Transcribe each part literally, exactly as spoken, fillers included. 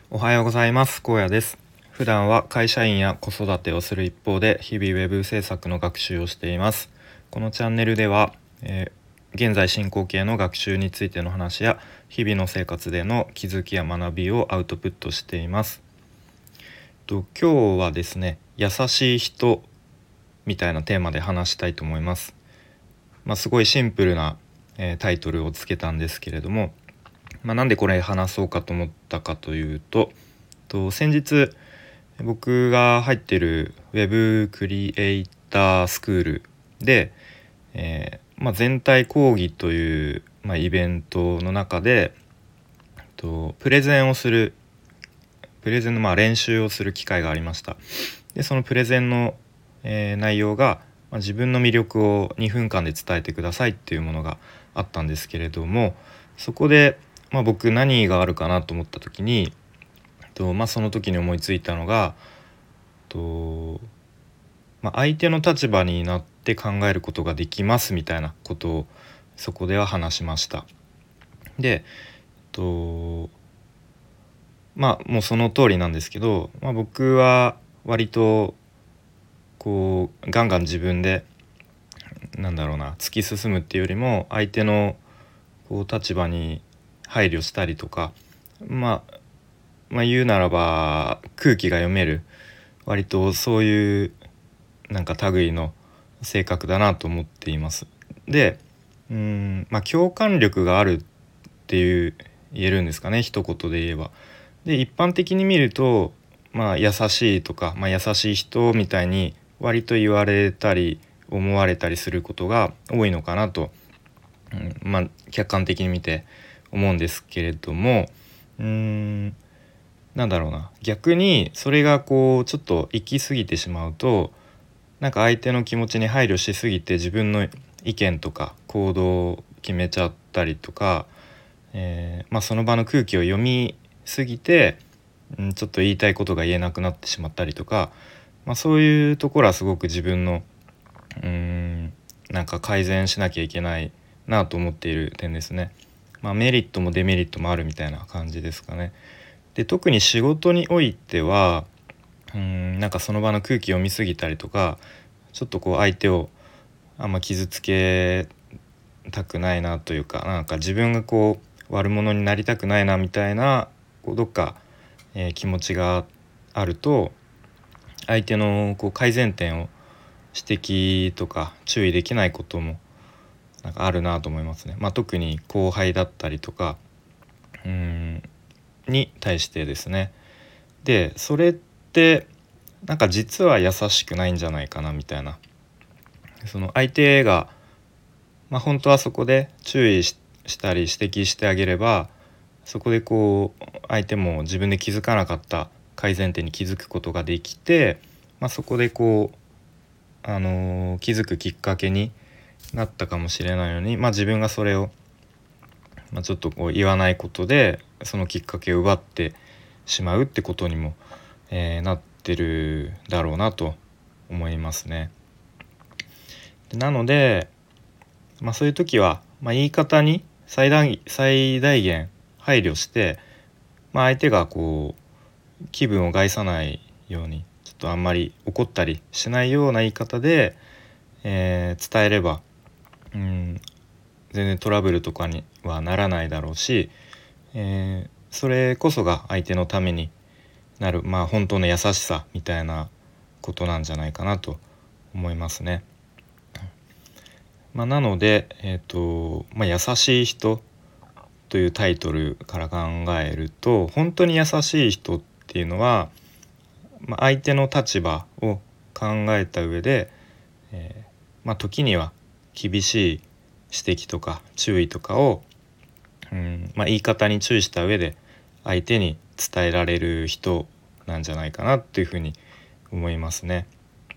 おはようございます。荒野です。普段は会社員や子育てをする一方で日々ウェブ制作の学習をしています。このチャンネルでは、えー現在進行形の学習についての話や日々の生活での気づきや学びをアウトプットしています。と今日はですね、優しい人みたいなテーマで話したいと思います。まあ、すごいシンプルな、えータイトルをつけたんですけれども、まあ、なんでこれ話そうかと思ったかというと、と先日僕が入ってるウェブクリエイタースクールで、えーまあ、全体講義という、まあ、イベントの中でとプレゼンをするプレゼンのまあ練習をする機会がありました。でそのプレゼンの、えー内容が、まあ、自分の魅力をにふんかんで伝えてくださいっていうものがあったんですけれども、そこで、まあ、僕何があるかなと思った時にと、まあ、その時に思いついたのがと、まあ、相手の立場になって考えることができますみたいなことをそこでは話しました。でとまあもうその通りなんですけど、まあ、僕は割とこうガンガン自分でなんだろうな突き進むっていうよりも相手のこう立場に配慮したりとか、まあ、まあ言うならば空気が読める割とそういうなんか類の性格だなと思っています。で、うーん、まあ共感力があるっていう言えるんですかね、一言で言えば。で、一般的に見ると、まあ優しいとか、まあ優しい人みたいに割と言われたり思われたりすることが多いのかなと、うん、まあ客観的に見て思うんですけれども、うーん、なんだろうな、逆にそれがこうちょっと行き過ぎてしまうとなんか相手の気持ちに配慮しすぎて自分の意見とか行動を決めちゃったりとか、えーまあ、その場の空気を読みすぎて、うん、ちょっと言いたいことが言えなくなってしまったりとか、まあ、そういうところはすごく自分のうーんなんか改善しなきゃいけないなと思っている点ですね。まあ、メリットもデメリットもあるみたいな感じですかね。で特に仕事においてはうーんなんかその場の空気を見すぎたりとかちょっとこう相手をあんま傷つけたくないなというかなんか自分がこう悪者になりたくないなみたいなこうどっか、えー気持ちがあると相手のこう改善点を指摘とか注意できないこともなんかあるなと思いますね。まあ、特に後輩だったりとかうーんに対してですね。でそれってなんか実は優しくないんじゃないかなみたいな、その相手が、まあ、本当はそこで注意し、したり指摘してあげればそこでこう相手も自分で気づかなかった改善点に気づくことができて、まあ、そこでこう、あのー気づくきっかけになったかもしれないのに、まあ、自分がそれを、まあ、ちょっとこう言わないことでそのきっかけを奪ってしまうってことにも、えーなってるだろうなと思いますね。でなので、まあ、そういう時は、まあ、言い方に最大、最大限配慮して、まあ、相手がこう気分を害さないようにちょっとあんまり怒ったりしないような言い方で、えー伝えれば、うん、全然トラブルとかにはならないだろうし、えーそれこそが相手のためになる、まあ、本当の優しさみたいなことなんじゃないかなと思いますね。まあ、なので、えーとまあ、優しい人というタイトルから考えると本当に優しい人っていうのは、まあ、相手の立場を考えた上で、えーまあ、時には厳しい指摘とか注意とかを、うんまあ、言い方に注意した上で相手に伝えられる人なんじゃないかなっていうふうに思いますね。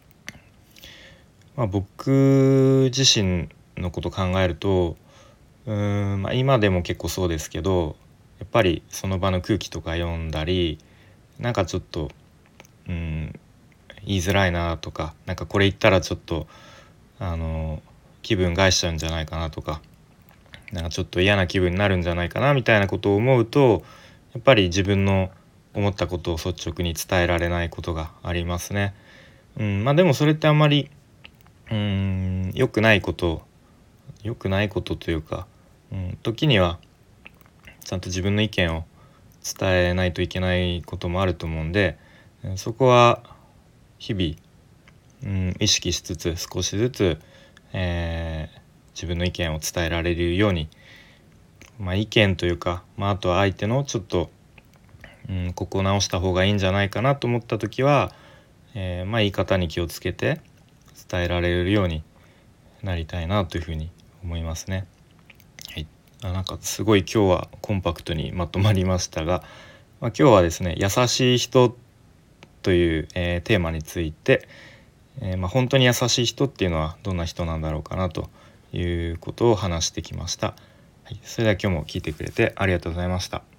まあ、僕自身のこと考えるとうーん、まあ、今でも結構そうですけどやっぱりその場の空気とか読んだりなんかちょっとうん言いづらいなとかなんかこれ言ったらちょっとあの気分害しちゃうんじゃないかなとかなんかちょっと嫌な気分になるんじゃないかなみたいなことを思うとやっぱり自分の思ったことを率直に伝えられないことがありますね。うん、まあでもそれってあんまりうーん良くないこと良くないことというか、うん、時にはちゃんと自分の意見を伝えないといけないこともあると思うんで、そこは日々、うん、意識しつつ少しずつ、えー自分の意見を伝えられるように、まあ、意見というか、まあ、あとは相手のちょっと、うん、ここを直した方がいいんじゃないかなと思った時は、えーまあ、言い方に気をつけて伝えられるようになりたいなというふうに思いますね。はい、あなんかすごい今日はコンパクトにまとまりましたが、まあ、今日はですね優しい人という、えーテーマについて、えーまあ、本当に優しい人っていうのはどんな人なんだろうかなということを話してきました。はい、それでは今日も聞いてくれてありがとうございました。